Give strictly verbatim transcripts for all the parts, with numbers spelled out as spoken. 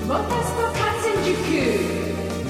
モータースポ観戦塾。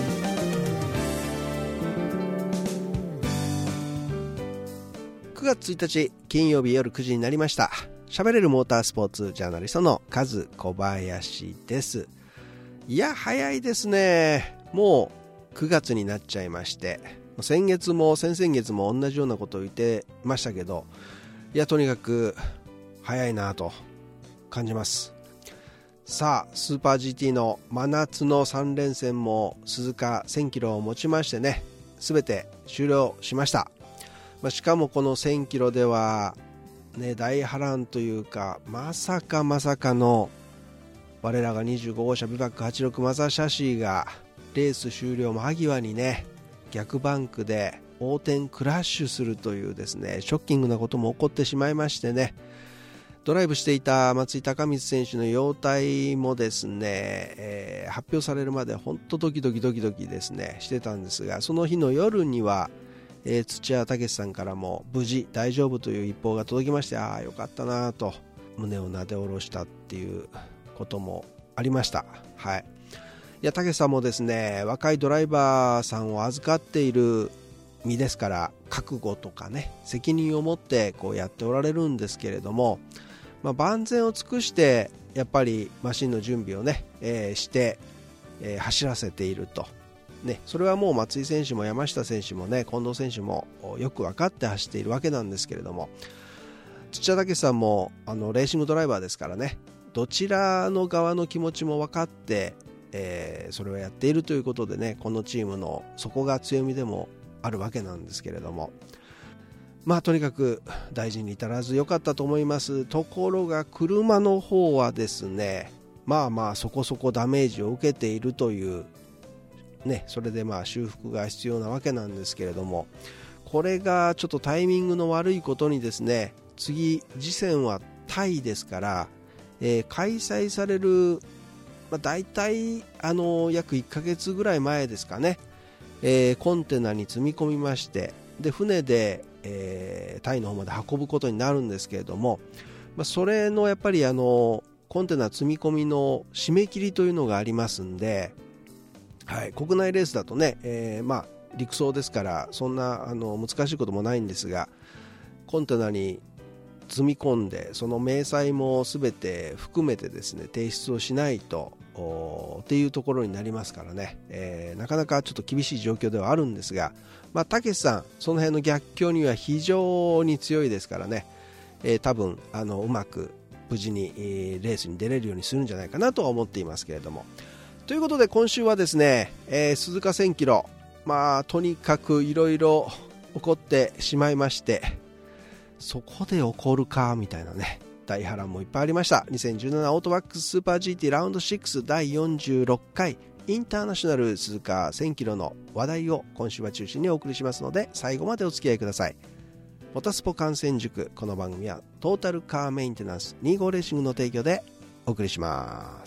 くがつついたち金曜日夜くじになりました。喋れるモータースポーツジャーナリストのカズ小林です。いや早いですね。もうくがつになっちゃいまして、先月も先々月も同じようなことを言ってましたけど、いやとにかく早いなと感じます。さあスーパー ジーティー の真夏のさん連戦も鈴鹿せんキロをもちましてね、すべて終了しました。まあ、しかもこのせんキロでは、ね、大波乱というか、まさかまさかの我らがにじゅうご号車ビバックはちじゅうろくマザーシャシーがレース終了間際にね、逆バンクで横転クラッシュするというですね、ショッキングなことも起こってしまいましてね、ドライブしていた松井孝光選手の容体もですね、えー、発表されるまで本当ドキドキドキドキですねしてたんですが、その日の夜にはえー、土屋武さんからも無事大丈夫という一報が届きまして、ああよかったなと胸をなで下ろしたっていうこともありました。はい、いや武さんもですね、若いドライバーさんを預かっている身ですから、覚悟とかね責任を持ってこうやっておられるんですけれども、まあ、万全を尽くしてやっぱりマシンの準備をね、えー、して、えー、走らせているとね、それはもう松井選手も山下選手もね、近藤選手もよく分かって走っているわけなんですけれども、土屋武さんもあのレーシングドライバーですからね、どちらの側の気持ちも分かって、えー、それをやっているということでね、このチームのそこが強みでもあるわけなんですけれども、まあとにかく大事に至らず良かったと思います。ところが車の方はですね、まあまあそこそこダメージを受けているというね、それでまあ修復が必要なわけなんですけれども、これがちょっとタイミングの悪いことにですね、次次戦はタイですから、えー、開催される、まあ、大体あの約いっかげつぐらい前ですかね、えー、コンテナに積み込みまして、で船で、えー、タイの方まで運ぶことになるんですけれども、まあ、それのやっぱりあのコンテナ積み込みの締め切りというのがありますんで、はい、国内レースだとね、えーまあ、陸送ですからそんなあの難しいこともないんですが、コンテナに積み込んでその明細もすべて含めてですね提出をしないとっていうところになりますからね、えー、なかなかちょっと厳しい状況ではあるんですが、まあ、たけしさんその辺の逆境には非常に強いですからね、えー、多分あのうまく無事に、えー、レースに出れるようにするんじゃないかなとは思っていますけれども、ということで今週はですね、えー、鈴鹿せんキロ、まあとにかくいろいろ起こってしまいまして、そこで起こるかみたいなね大波乱もいっぱいありました。にせんじゅうななオートバックススーパー ジーティー ラウンドろくだいよんじゅうろっかいインターナショナル鈴鹿せんキロの話題を今週は中心にお送りしますので、最後までお付き合いください。モタスポ観戦塾、この番組はトータルカーメンテナンスにじゅうごレーシングの提供でお送りします。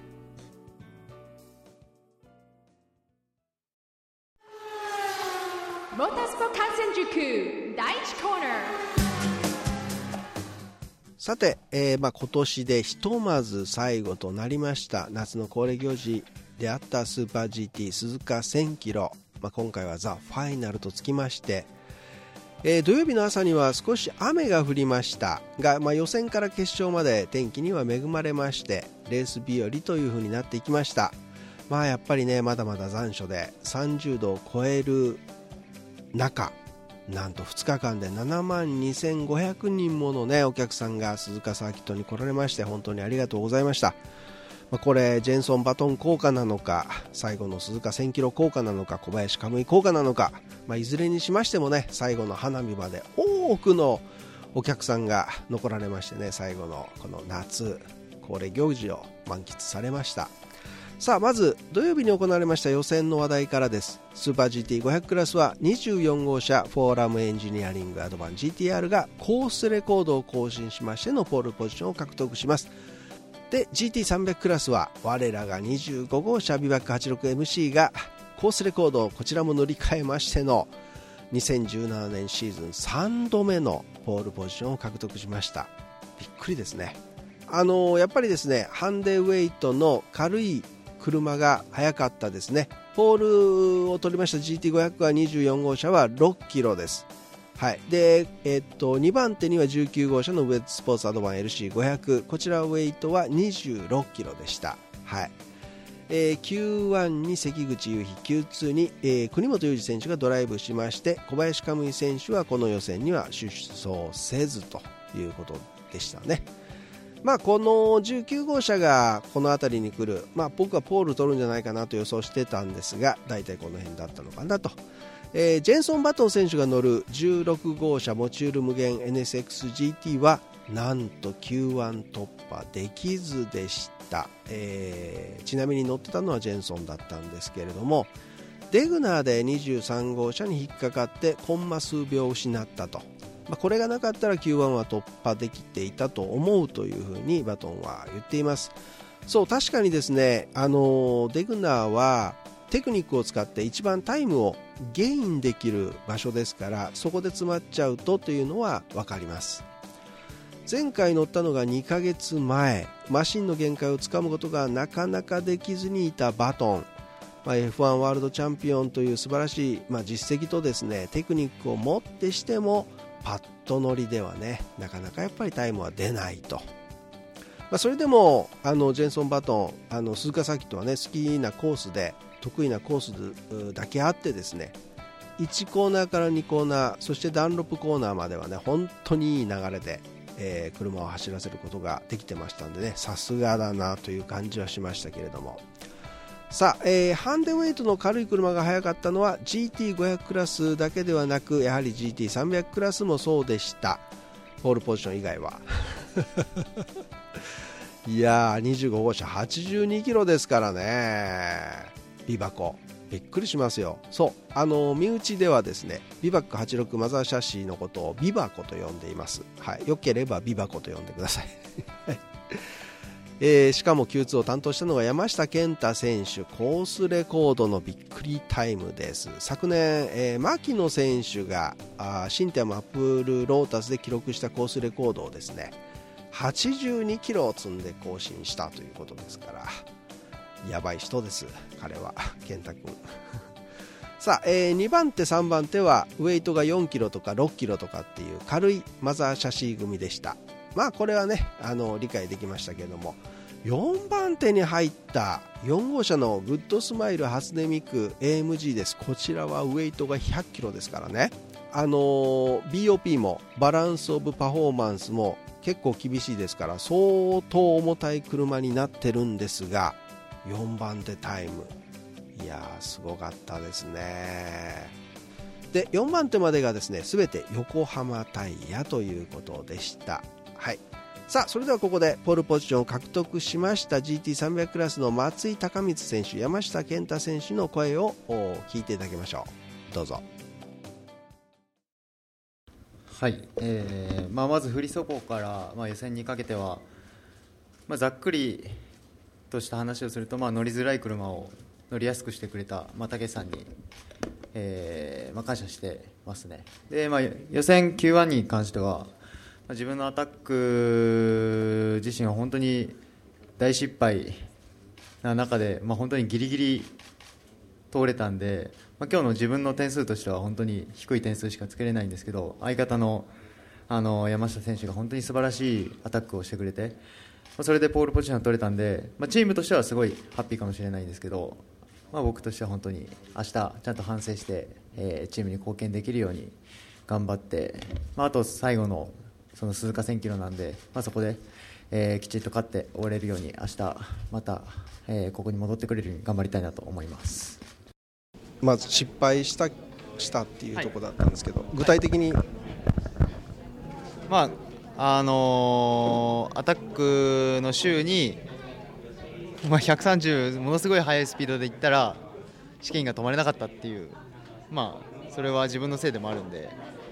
モータースポ観戦塾だいいちコーナー。 さて、えーまあ、今年でひとまず最後となりました夏の恒例行事であったスーパー ジーティー 鈴鹿せんキロ、まあ、今回はザ・ファイナルとつきまして、えー、土曜日の朝には少し雨が降りましたが、まあ、予選から決勝まで天気には恵まれましてレース日和という風になっていきました。まあやっぱりねまだまだ残暑でさんじゅうどを超える中、なんとふつかかんでななまんにせんごひゃくにんもの、ね、お客さんが鈴鹿サーキットに来られまして本当にありがとうございました。まあ、これジェンソンバトン効果なのか最後の鈴鹿せんキロ効果なのか小林カムイ効果なのか、まあ、いずれにしましてもね最後の花火まで多くのお客さんが残られましてね、最後のこの夏恒例行事を満喫されました。さあまず土曜日に行われました予選の話題からです。スーパー ジーティーごひゃく クラスはにじゅうよん号車フォーラムエンジニアリングアドバン ジーティーアール がコースレコードを更新しましてのポールポジションを獲得します。で ジーティーさんびゃく クラスは我らがにじゅうご号車ビバックはちじゅうろくエムシー がコースレコードをこちらも塗り替えましてのにせんじゅうななねんシーズンさんどめのポールポジションを獲得しました。びっくりですね。あのー、やっぱりですねハンデウェイトの軽い車が速かったですね。ポールを取りました ジーティーごひゃく はにじゅうよん号車はろっキロです。はい、で、えー、っとにばん手にはじゅうきゅう号車のウェッジスポーツアドバン エルシーごひゃく、 こちらウェイトはにじゅうろっキロでした。はい、えー、キューワン に関口雄飛、キューツー に、えー、国本裕二選手がドライブしまして、小林可夢偉選手はこの予選には出走せずということでしたね。まあ、このじゅうきゅう号車がこの辺りに来る、まあ、僕はポール取るんじゃないかなと予想してたんですが、大体この辺だったのかなと。えー、ジェンソン・バトン選手が乗るじゅうろく号車モチュール無限 エヌエスエックスジーティー はなんと キューワン 突破できずでした。えー、ちなみに乗ってたのはジェンソンだったんですけれども、デグナーでにじゅうさん号車に引っかかってコンマ数秒失ったと。まあ、これがなかったら キューワン は突破できていたと思うというふうにバトンは言っています。そう、確かにですね、あのデグナーはテクニックを使って一番タイムをゲインできる場所ですから、そこで詰まっちゃうとというのは分かります。前回乗ったのがにかげつまえ、マシンの限界をつかむことがなかなかできずにいたバトン、まあ、エフワン ワールドチャンピオンという素晴らしい、まあ、実績とですねテクニックを持ってしてもパッと乗りではねなかなかやっぱりタイムは出ないと。まあ、それでもあのジェンソン・バトン、あの鈴鹿サーキットはね好きなコースで得意なコースだけあってですね、いちコーナーからにコーナー、そしてダンロップコーナーまではね本当にいい流れで、えー、車を走らせることができてましたんでね、さすがだなという感じはしましたけれども、さあ、えー、ハンデウェイトの軽い車が速かったのは ジーティーごひゃく クラスだけではなく、やはり ジーティーさんびゃく クラスもそうでした。ポールポジション以外はいやーにじゅうご号車はちじゅうにキロですからね。ビバコびっくりしますよ。そう、あの身内ではですねビバックはちじゅうろくマザーシャシーのことをビバコと呼んでいます。はい、よければビバコと呼んでください、えー、しかも キューツー を担当したのが山下健太選手、コースレコードのびっくりタイムです。昨年、えー、牧野選手があシンティアムアップルロータスで記録したコースレコードをですねはちじゅうにキロを積んで更新したということですから、やばい人です彼は、健太君さあ、えー、にばん手さんばん手はウェイトがよんキロとかろっキロとかっていう軽いマザーシャシー組でした。まあこれはねあの理解できましたけれども、よんばん手に入ったよん号車のグッドスマイル初音ミク エーエムジー です。こちらはウェイトがひゃっキロですからね、あのー、ビーオーピー もバランスオブパフォーマンスも結構厳しいですから相当重たい車になってるんですが、よんばん手タイム、いやーすごかったですね。でよんばん手までがですね全て横浜タイヤということでした。はい、さあそれではここでポールポジションを獲得しました ジーティーさんびゃく クラスの松井孝光選手、山下健太選手の声を聞いていただきましょう。どうぞ。 はい、えーまあ、まず振り走行から、まあ、予選にかけては、まあ、ざっくりとした話をすると、まあ、乗りづらい車を乗りやすくしてくれた、まあ、武さんに、えーまあ、感謝してますね。で、まあ、予選 キューワン に関しては、まあ、自分のアタック自身は本当に大失敗な中で、まあ、本当にギリギリ通れたんで、まあ、今日の自分の点数としては本当に低い点数しかつけれないんですけど、相方の、あの山下選手が本当に素晴らしいアタックをしてくれて、まあ、それでポールポジションが取れたんで、まあ、チームとしてはすごいハッピーかもしれないんですけど、まあ、僕としては本当に明日ちゃんと反省して、えー、チームに貢献できるように頑張って、まあ、あと最後のその鈴鹿せんキロなんで、まあ、そこで、えー、きちんと勝って終われるように明日また、えー、ここに戻ってくれるように頑張りたいなと思います。 まず失敗したしたっていうところだったんですけど、はい、具体的に、はい、 まああのー、アタックの週に、まあ、ひゃくさんじゅうものすごい速いスピードでいったら試験が止まれなかったっていう、まあ、それは自分のせいでもあるんで、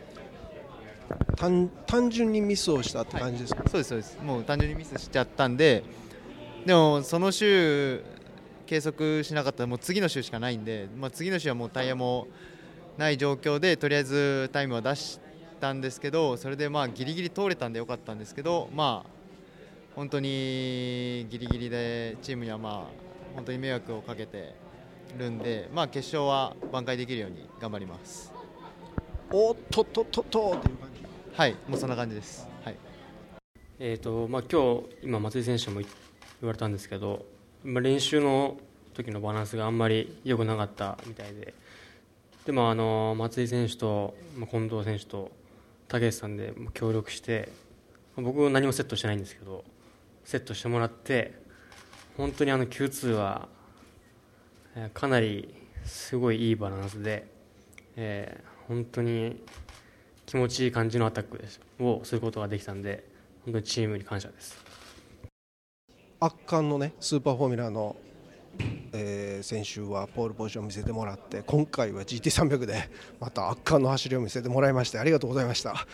単, 単純にミスをしたって感じですか？ はい、そうですそうです。もう単純にミスしちゃったんで、でもその週計測しなかったらもう次の週しかないんで、まあ、次の週はもうタイヤもない状況でとりあえずタイムは出したんですけど、それでまあギリギリ通れたんでよかったんですけど、まあ本当にギリギリでチームにはまあ本当に迷惑をかけてるんで、まあ、決勝は挽回できるように頑張ります。 おっとっとっとっとっていう感じ。 はい、もうそんな感じです。はい。 えーとまあ、今日今松井選手も言われたんですけど、まあ、練習の時のバランスがあんまり良くなかったみたいで、でもあの松井選手と、まあ、近藤選手と竹内さんで協力して、僕は何もセットしてないんですけどセットしてもらって、本当にあの キューツー はかなりすごいいいバランスで、えー、本当に気持ちいい感じのアタックをすることができたんで、本当にチームに感謝です。 圧巻のねスーパーフォーミュラーの、えー、先週はポールポジションを見せてもらって、今回は ジーティーさんびゃく でまた圧巻の走りを見せてもらいまして、ありがとうございました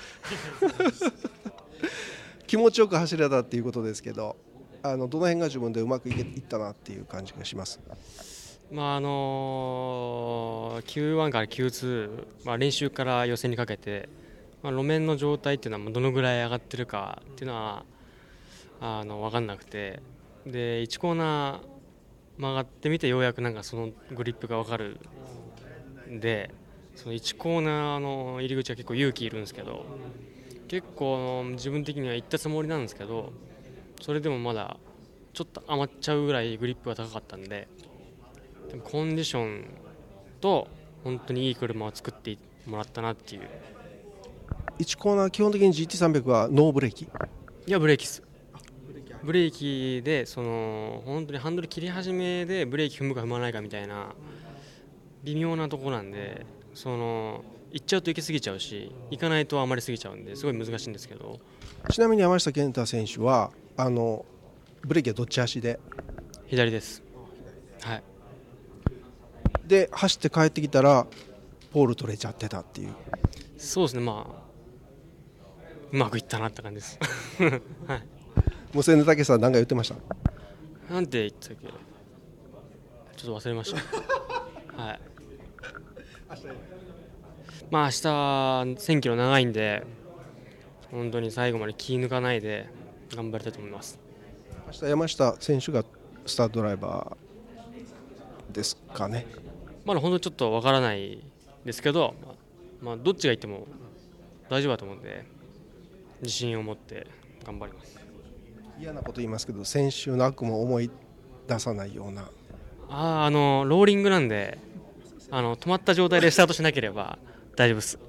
気持ちよく走れたっていうことですけど、あのどの辺が自分でうまくいけいったなっていう感じがします。 まああのー、キューワン から キューツー、まあ、練習から予選にかけて、まあ、路面の状態っていうのはどのぐらい上がってるかっていうのはあの分かんなくて、でいちコーナー曲がってみてようやくなんかそのグリップが分かるんで、そのいちコーナーの入り口は結構勇気いるんですけど、結構自分的には行ったつもりなんですけど、それでもまだちょっと余っちゃうぐらいグリップが高かったんで、でもコンディションと本当にいい車を作ってもらったなっていう。 いちコーナー基本的に ジーティーさんびゃく はノーブレーキ？ いやブレーキです。ブレーキでその本当にハンドル切り始めでブレーキ踏むか踏まないかみたいな微妙なところなんで、その行っちゃうと行き過ぎちゃうし、行かないとあまり過ぎちゃうんで、すごい難しいんですけど。 ちなみに山下健太選手はあのブレーキはどっち足で？ 左です。はい。 で走って帰ってきたらポール取れちゃってたっていう。 そうですね、まあうまくいったなって感じです、はい、 無線で竹さん何か言ってました？ なんて言ってたっけ、ちょっと忘れましたはい。まあ明日せんキロ長いんで、本当に最後まで気抜かないで頑張りたいと思います。 明日山下選手がスタートドライバーですかね。 まだ本当にちょっとわからないですけど、まあ、まあどっちがいっても大丈夫だと思うんで、自信を持って頑張ります。 嫌なこと言いますけど、先週の悪夢を思い出さないような。 ああのローリングなんで、あの止まった状態でスタートしなければ大丈夫です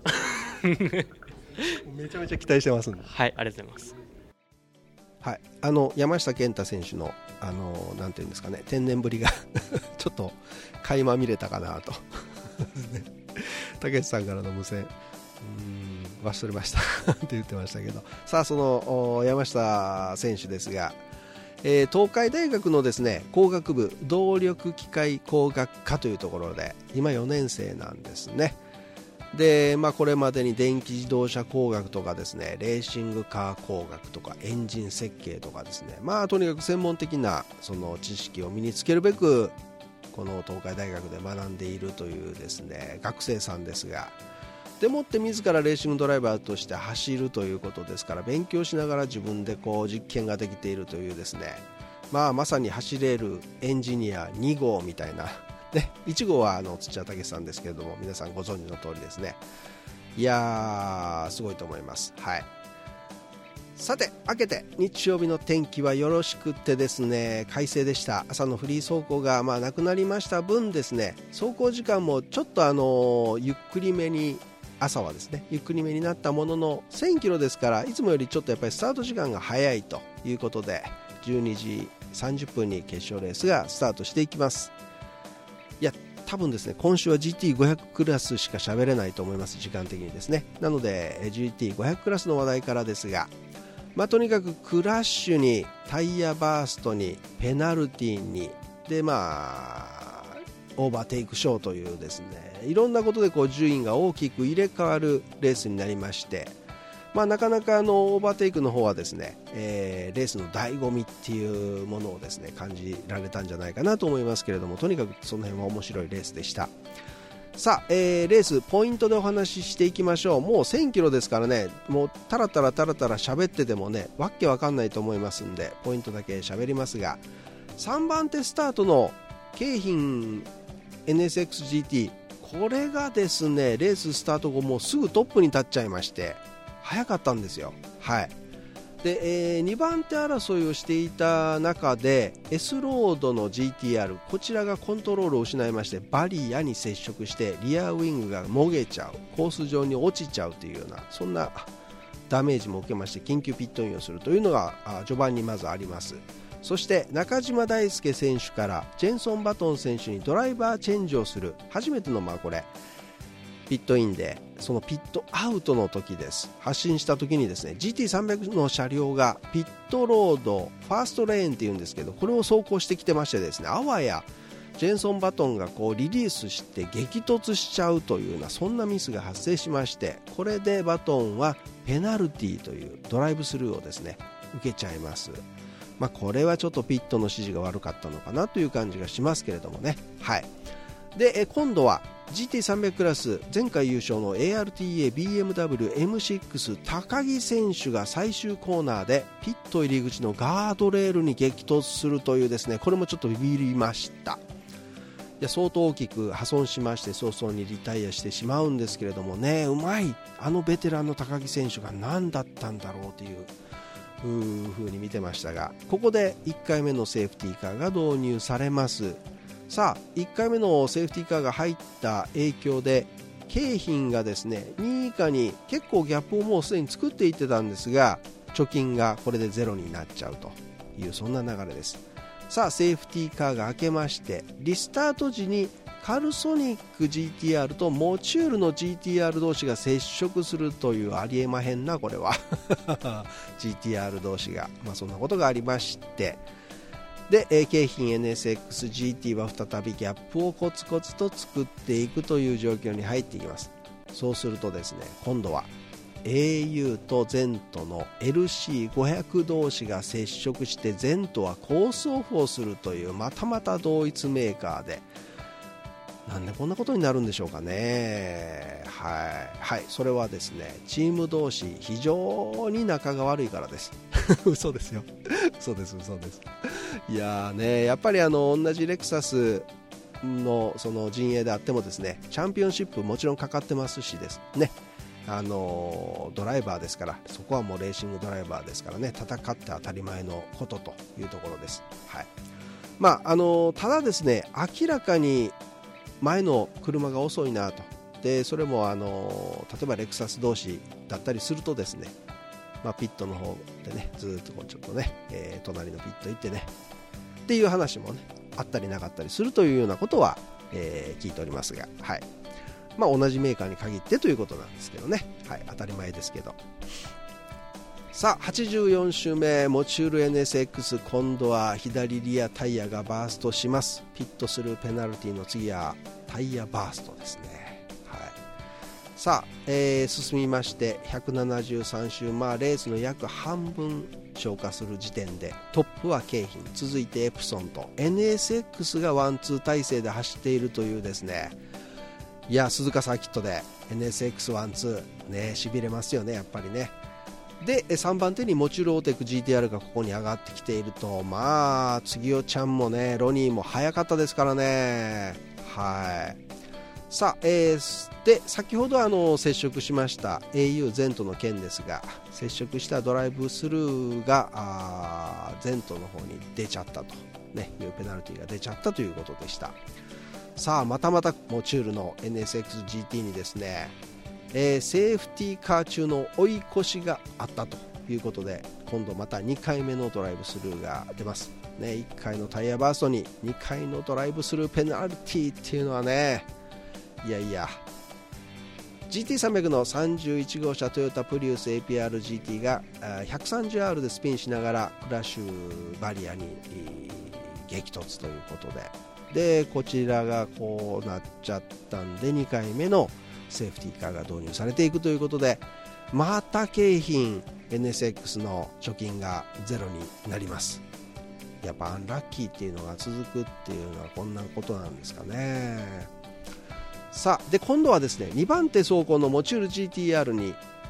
めちゃめちゃ期待してますんで。 はい、ありがとうございます。 はい、あの山下健太選手のあのなんていうんですかね、天然ぶりがちょっと垣間見れたかなと竹内さんからの無線、うーん忘れましたって言ってましたけど、さあその山下選手ですが、えー、東海大学のですね工学部動力機械工学科というところで今よねん生なんですね。で、まあ、これまでに電気自動車工学とかですね、レーシングカー工学とかエンジン設計とかですね、まあとにかく専門的なその知識を身につけるべくこの東海大学で学んでいるというですね学生さんですが、でもって自らレーシングドライバーとして走るということですから、勉強しながら自分でこう実験ができているというですね、まあまさに走れるエンジニアに号みたいなね、いち号はあの土屋武さんですけれども、皆さんご存知の通りですね。いやーすごいと思います。はい。さて明けて日曜日の天気はよろしくってですね、快晴でした。朝のフリー走行がまあなくなりました分ですね、走行時間もちょっとあのゆっくりめに、朝はですねゆっくりめになったもののせんキロですから、いつもよりちょっとやっぱりスタート時間が早いということで、じゅうにじさんじゅっぷんに決勝レースがスタートしていきます。いや多分ですね今週は ジーティーごひゃく クラスしか喋れないと思います、時間的にですね。なので ジーティーごひゃく クラスの話題からですが、まあ、とにかくクラッシュにタイヤバーストにペナルティーにで、まあオーバーテイクショーというですね、いろんなことでこう順位が大きく入れ替わるレースになりまして、まあ、なかなかあのオーバーテイクの方はですね、えー、レースの醍醐味っていうものをですね感じられたんじゃないかなと思いますけれども、とにかくその辺は面白いレースでした。さあ、えー、レースポイントでお話ししていきましょう。もうせんキロですからね、もうタラタラタラタラ喋っててもねわっけわかんないと思いますんで、ポイントだけ喋りますが、さんばん手スタートの京浜 エヌエスエックスジーティー、 これがですねレーススタート後もうすぐトップに立っちゃいまして早かったんですよ。はい。で、えー、にばん手争いをしていた中で S ロードの ジーティーアール、 こちらがコントロールを失いましてバリアに接触してリアウィングがもげちゃう、コース上に落ちちゃうというようなそんなダメージも受けまして緊急ピットインをするというのが序盤にまずあります。そして中島大輔選手からジェンソン・バトン選手にドライバーチェンジをする初めてのまあこれピットインで、そのピットアウトの時です。発進した時にですね ジーティーさんびゃく の車両がピットロードファーストレーンっていうんですけど、これを走行してきてましてですね、あわやジェンソン・バトンがこうリリースして激突しちゃうというようなそんなミスが発生しまして、これでバトンはペナルティーというドライブスルーをですね受けちゃいます。まあ、これはちょっとピットの指示が悪かったのかなという感じがしますけれどもね。はい。で今度は ジーティーさんびゃく クラス前回優勝の エーアールティーエービーエムダブリューエムシックス 高木選手が最終コーナーでピット入り口のガードレールに激突するというですね、これもちょっとビビりました。いや相当大きく破損しまして早々にリタイアしてしまうんですけれどもね、うまいあのベテランの高木選手が何だったんだろうという風に見てましたが、ここでいっかいめのセーフティーカーが導入されます。さあいっかいめのセーフティーカーが入った影響で京浜がですねにい以下に結構ギャップをもうすでに作っていってたんですが、貯金がこれでゼロになっちゃうというそんな流れです。さあセーフティーカーが開けましてリスタート時にカルソニック ジーティーアール とモチュールの ジーティーアール 同士が接触するというありえまへんなこれはジーティーアール 同士が、まあ、そんなことがありまして、で京浜 エヌエスエックスジーティー は再びギャップをコツコツと作っていくという状況に入っていきます。そうするとですね今度は エーユー とゼントの エルシーごひゃく 同士が接触してゼントはコースオフをするというまたまた同一メーカーで、なんでこんなことになるんでしょうかね。はい、はい、それはですねチーム同士非常に仲が悪いからです嘘ですよ嘘です嘘です。いやーねやっぱりあの同じレクサスのその陣営であってもですねチャンピオンシップもちろんかかってますしですね、あのドライバーですから、そこはもうレーシングドライバーですからね、戦って当たり前のことというところです。はい。まああのただですね明らかに前の車が遅いなと、でそれもあの例えばレクサス同士だったりするとですね、まあ、ピットの方でねずっとこうちょっとね、えー、隣のピット行ってねっていう話もねあったりなかったりするというようなことは、えー、聞いておりますが、はい、まあ、同じメーカーに限ってということなんですけどね、はい、当たり前ですけど。さあはちじゅうよん周目モチュール エヌエスエックス、 今度は左リアタイヤがバーストします。ピットするペナルティの次はタイヤバーストですね。はい、さあ、えー、進みましてひゃくななじゅうさん周、まあ、レースの約半分消化する時点でトップは京浜、続いてエプソンと エヌエスエックス がワンツー体制で走っているというですね、いや鈴鹿サーキットで エヌエスエックスワンツー ねしびれますよねやっぱりね。でさんばん手にモチュールオーテック ジーティーアール がここに上がってきていると、まあ次おちゃんもねロニーも早かったですからね。はい。さあ、えー、で先ほどあの接触しました エーユー ゼントの件ですが、接触したドライブスルーがあーゼントの方に出ちゃったと、ね、いうペナルティが出ちゃったということでした。さあまたまたモチュールの エヌエスエックスジーティー にですね、えー、セーフティーカー中の追い越しがあったということで、今度またにかいめのドライブスルーが出ます、ね、いっかいのタイヤバーストににかいのドライブスルーペナルティーっていうのはね、いやいや ジーティーさんびゃく のさんじゅういち号車トヨタプリウス エーピーアールジーティー が ひゃくさんじゅうアール でスピンしながらクラッシュバリアに激突ということで、でこちらがこうなっちゃったんでにかいめのセーフティーカーが導入されていくということで、また京浜 エヌエスエックス の貯金がゼロになります。やっぱアンラッキーっていうのが続くっていうのはこんなことなんですかね。さあで今度はですねにばん手走行のモチュール ジーティーアール に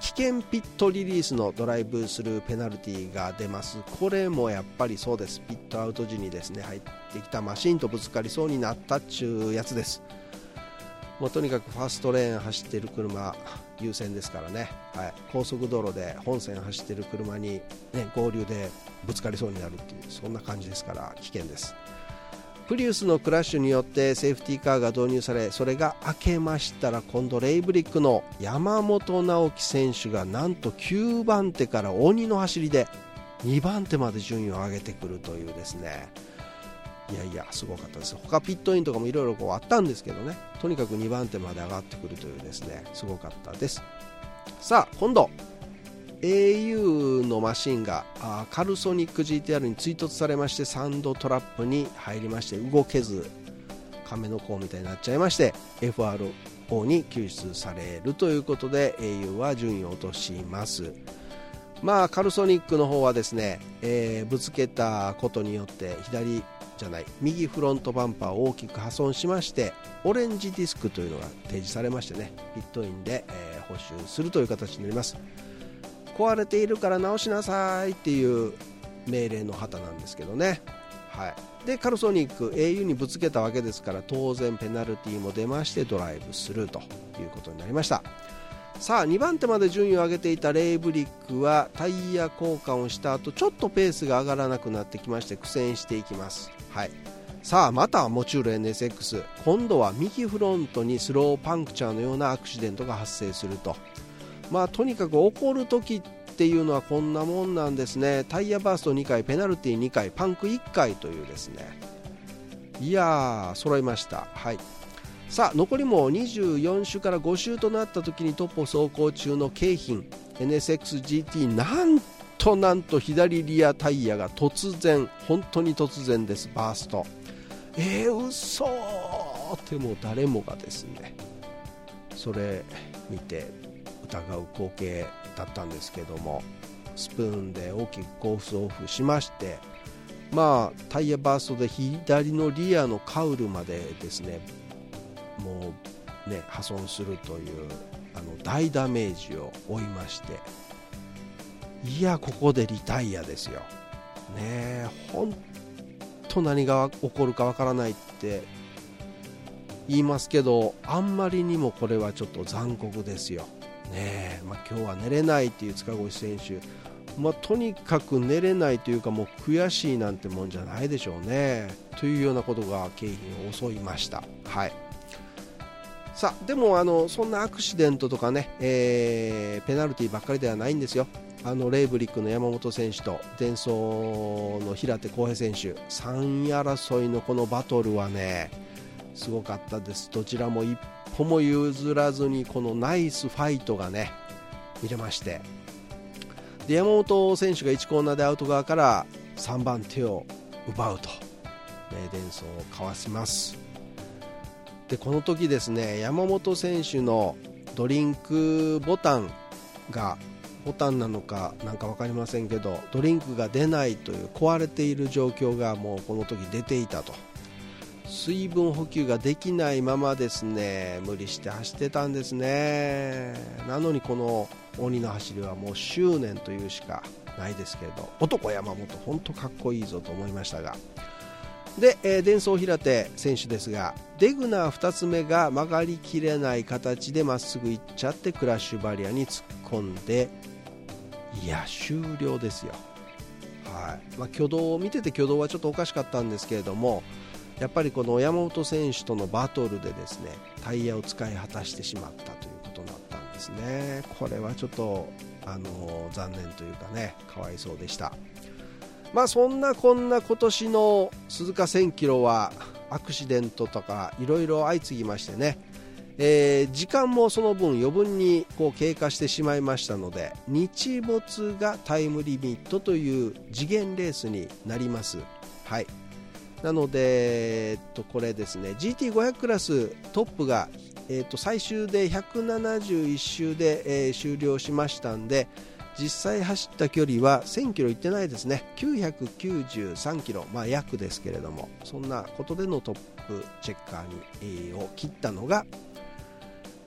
危険ピットリリースのドライブスルーペナルティが出ます。これもやっぱりそうです。ピットアウト時にですね入ってきたマシンとぶつかりそうになったっちゅうやつです。もうとにかくファーストレーン走っている車優先ですからね、はい、高速道路で本線走っている車に、ね、合流でぶつかりそうになるっていうそんな感じですから危険です。プリウスのクラッシュによってセーフティーカーが導入され、それが明けましたら今度レイブリックの山本直樹選手がなんときゅうばん手から鬼の走りでにばん手まで順位を上げてくるというですね、いやいやすごかったです。他ピットインとかもいろいろあったんですけどね、とにかくにばん手まで上がってくるというですねすごかったです。さあ今度 エーユー のマシンがあカルソニック ジーティーアール に追突されましてサンドトラップに入りまして動けず亀の甲みたいになっちゃいまして エフアールオー に救出されるということで エーユー は順位を落とします。まあカルソニックの方はですね、えー、ぶつけたことによって左じゃない右フロントバンパーを大きく破損しましてオレンジディスクというのが提示されましてねピットインで、えー、補修するという形になります。壊れているから直しなさいっていう命令の旗なんですけどね、はい、でカルソニック エーユー にぶつけたわけですから当然ペナルティも出ましてドライブスルーということになりました。さあにばん手まで順位を上げていたレイブリックはタイヤ交換をした後ちょっとペースが上がらなくなってきまして苦戦していきます、はい、さあまたモチュール エヌエスエックス 今度は右フロントにスローパンクチャーのようなアクシデントが発生すると、まあとにかく起こる時っていうのはこんなもんなんですね。タイヤバーストにかいペナルティにかいパンクいっかいというですね、いやー揃いました。はい、さあ残りもにじゅうよん周からご周となった時にトップを走行中の京浜 エヌエスエックスジーティー なんとなんと左リアタイヤが突然本当に突然ですバースト、えー嘘ってもう誰もがですねそれ見て疑う光景だったんですけどもスプーンで大きくコースオフしまして、まあタイヤバーストで左のリアのカウルまでですねもうね破損するというあの大ダメージを負いまして、いやここでリタイアですよね。本当何が起こるかわからないって言いますけどあんまりにもこれはちょっと残酷ですよね。まあ、今日は寝れないっていう塚越選手、まあ、とにかく寝れないというかもう悔しいなんてもんじゃないでしょうねというようなことが京浜を襲いました。はい、さあでもあのそんなアクシデントとかね、えー、ペナルティばっかりではないんですよ。あのレイブリックの山本選手とデンソーの平手浩平選手さんい争いのこのバトルはねすごかったです。どちらも一歩も譲らずにこのナイスファイトがね見れまして、で山本選手がいちコーナーでアウト側からさんばん手を奪うと、ね、デンソーをかわします。でこの時ですね山本選手のドリンクボタンがボタンなのかなんか分かりませんけどドリンクが出ないという壊れている状況がもうこの時出ていたと、水分補給ができないままですね無理して走ってたんですね。なのにこの鬼の走りはもう執念というしかないですけれど、男山本本当かっこいいぞと思いましたが、で、えー、デンソー平手選手ですがデグナーふたつめが曲がりきれない形でまっすぐ行っちゃってクラッシュバリアに突っ込んで、いや終了ですよ。はい、まあ、挙動を見てて挙動はちょっとおかしかったんですけれどもやっぱりこの山本選手とのバトルでですねタイヤを使い果たしてしまったということだったんですね。これはちょっとあの残念というかねかわいそうでした。まあそんなこんな今年の鈴鹿せんキロはアクシデントとかいろいろ相次ぎましてね、えー、時間もその分余分にこう経過してしまいましたので日没がタイムリミットという次元レースになります。はい、なので、えっと、これですね ジーティーごひゃく クラストップが、えっと、最終でひゃくななじゅういち周で、えー、終了しましたんで実際走った距離はせんキロいってないですね。きゅうひゃくきゅうじゅうさんキロ、まあ約ですけれどもそんなことでのトップチェッカーに、えー、を切ったのが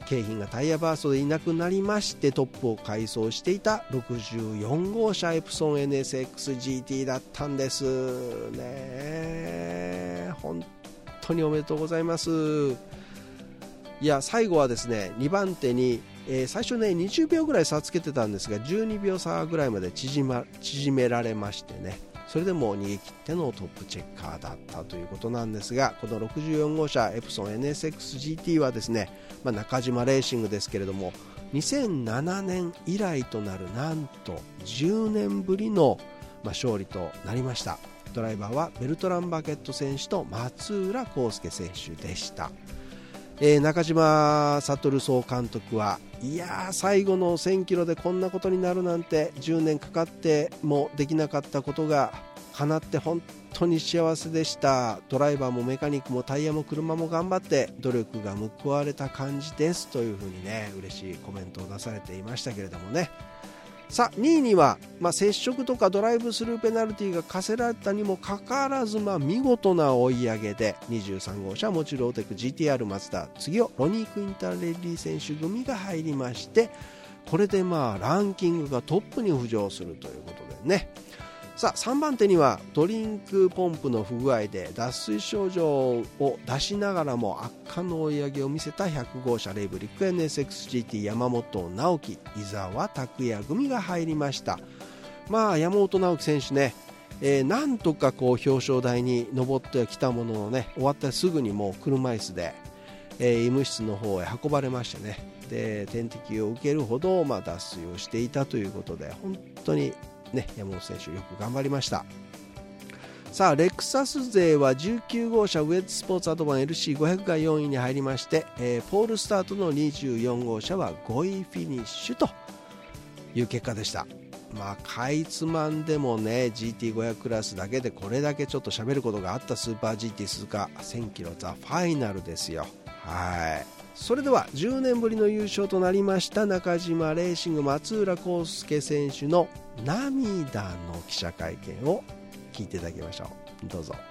京浜がタイヤバーストでいなくなりまして、トップを改装していたろくじゅうよんごうしゃエプソン エヌエスエックスジーティー だったんですね。本当におめでとうございます。いや、最後はですね、にばん手に、えー、最初ねにじゅうびょうぐらい差つけてたんですが、じゅうにびょう差ぐらいまで縮ま、縮められましてね、それでも逃げ切ってのトップチェッカーだったということなんですが、このろくじゅうよんごうしゃエプソン エヌエスエックスジーティー はですね、まあ、中島レーシングですけれども、にせんななねん以来となるなんとじゅうねんぶりの、まあ、勝利となりました。ドライバーはベルトラン・バケット選手と松浦康介選手でした。えー、中島悟総監督は、いやー最後のせんキロでこんなことになるなんて、じゅうねんかかってもできなかったことが叶って本当に幸せでした。ドライバーもメカニックもタイヤも車も頑張って努力が報われた感じですというふうにね、嬉しいコメントを出されていましたけれどもね。さあにいには、まあ、接触とかドライブスルーペナルティが課せられたにもかかわらず、まあ、見事な追い上げでにじゅうさんごうしゃモチローテク ジーティーアール マツダ、次をロニー・クインターレディ選手組が入りまして、これでまあランキングがトップに浮上するということでね。さあさんばん手にはドリンクポンプの不具合で脱水症状を出しながらも圧巻の追い上げを見せたひゃくごうしゃレイブリック エヌエスエックスジーティー 山本直樹、伊沢拓也組が入りました。まあ山本直樹選手ね、えー、なんとかこう表彰台に上ってきたもののね、終わったらすぐにもう車椅子で、えー、医務室の方へ運ばれましてね、で点滴を受けるほど、まあ、脱水をしていたということで、本当にね、山本選手よく頑張りました。さあレクサス勢はじゅうきゅうごうしゃウェッジスポーツアドバン エルシーごひゃく がよんいに入りまして、えー、ポールスタートのにじゅうよんごうしゃはごいフィニッシュという結果でした。まあかいつまんでもね ジーティーごひゃく クラスだけでこれだけちょっと喋ることがあったスーパー ジーティー 鈴鹿せんキロザファイナルですよ。はい、それではじゅうねんぶりの優勝となりました中島レーシング松浦康介選手の涙の記者会見を聞いていただきましょう。どうぞ。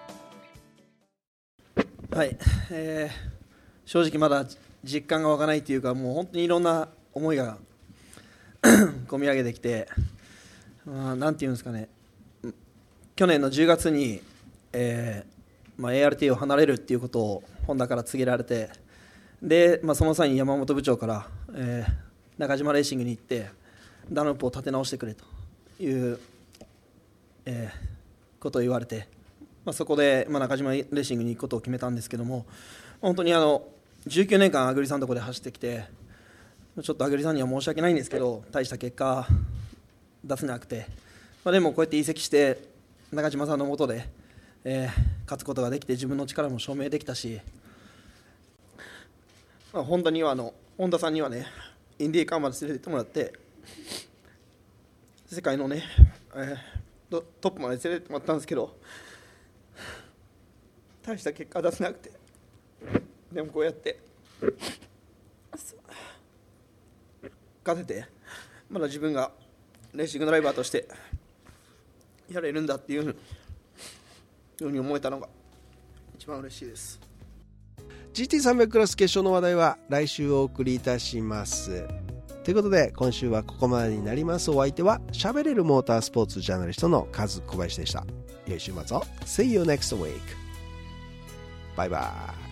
はい、えー、正直まだ実感が湧かないというか、もう本当にいろんな思いが込み上げてきて、まあ、なんていうんですかね、去年のじゅうがつに、えーまあ、エーアールティー を離れるっていうことをホンダから告げられて、で、まあ、その際に山本部長から、えー、中島レーシングに行ってダンロップを立て直してくれという、えー、ことを言われて、まあ、そこで、まあ、中島レーシングに行くことを決めたんですけども、本当にあのじゅうきゅうねんかんアグリさんのところで走ってきて、ちょっとアグリさんには申し訳ないんですけど、大した結果出せなくて、まあ、でもこうやって移籍して中島さんの下で、えー、勝つことができて自分の力も証明できたし、まあ、ホンダにはあのホンダさんにはね、インディーカーまで連れてってもらって世界のね、えー、トップまで連れてってもらったんですけど、大した結果出せなくて、でもこうやって勝てて、まだ自分がレーシングドライバーとしてやれるんだっていうふうに思えたのが一番嬉しいです。 ジーティーさんびゃく クラス決勝の話題は来週お送りいたします。ということで今週はここまでになります。お相手はしゃべれるモータースポーツジャーナリストのカズ小林でした。良い週末を。 See you next week. バイバイ。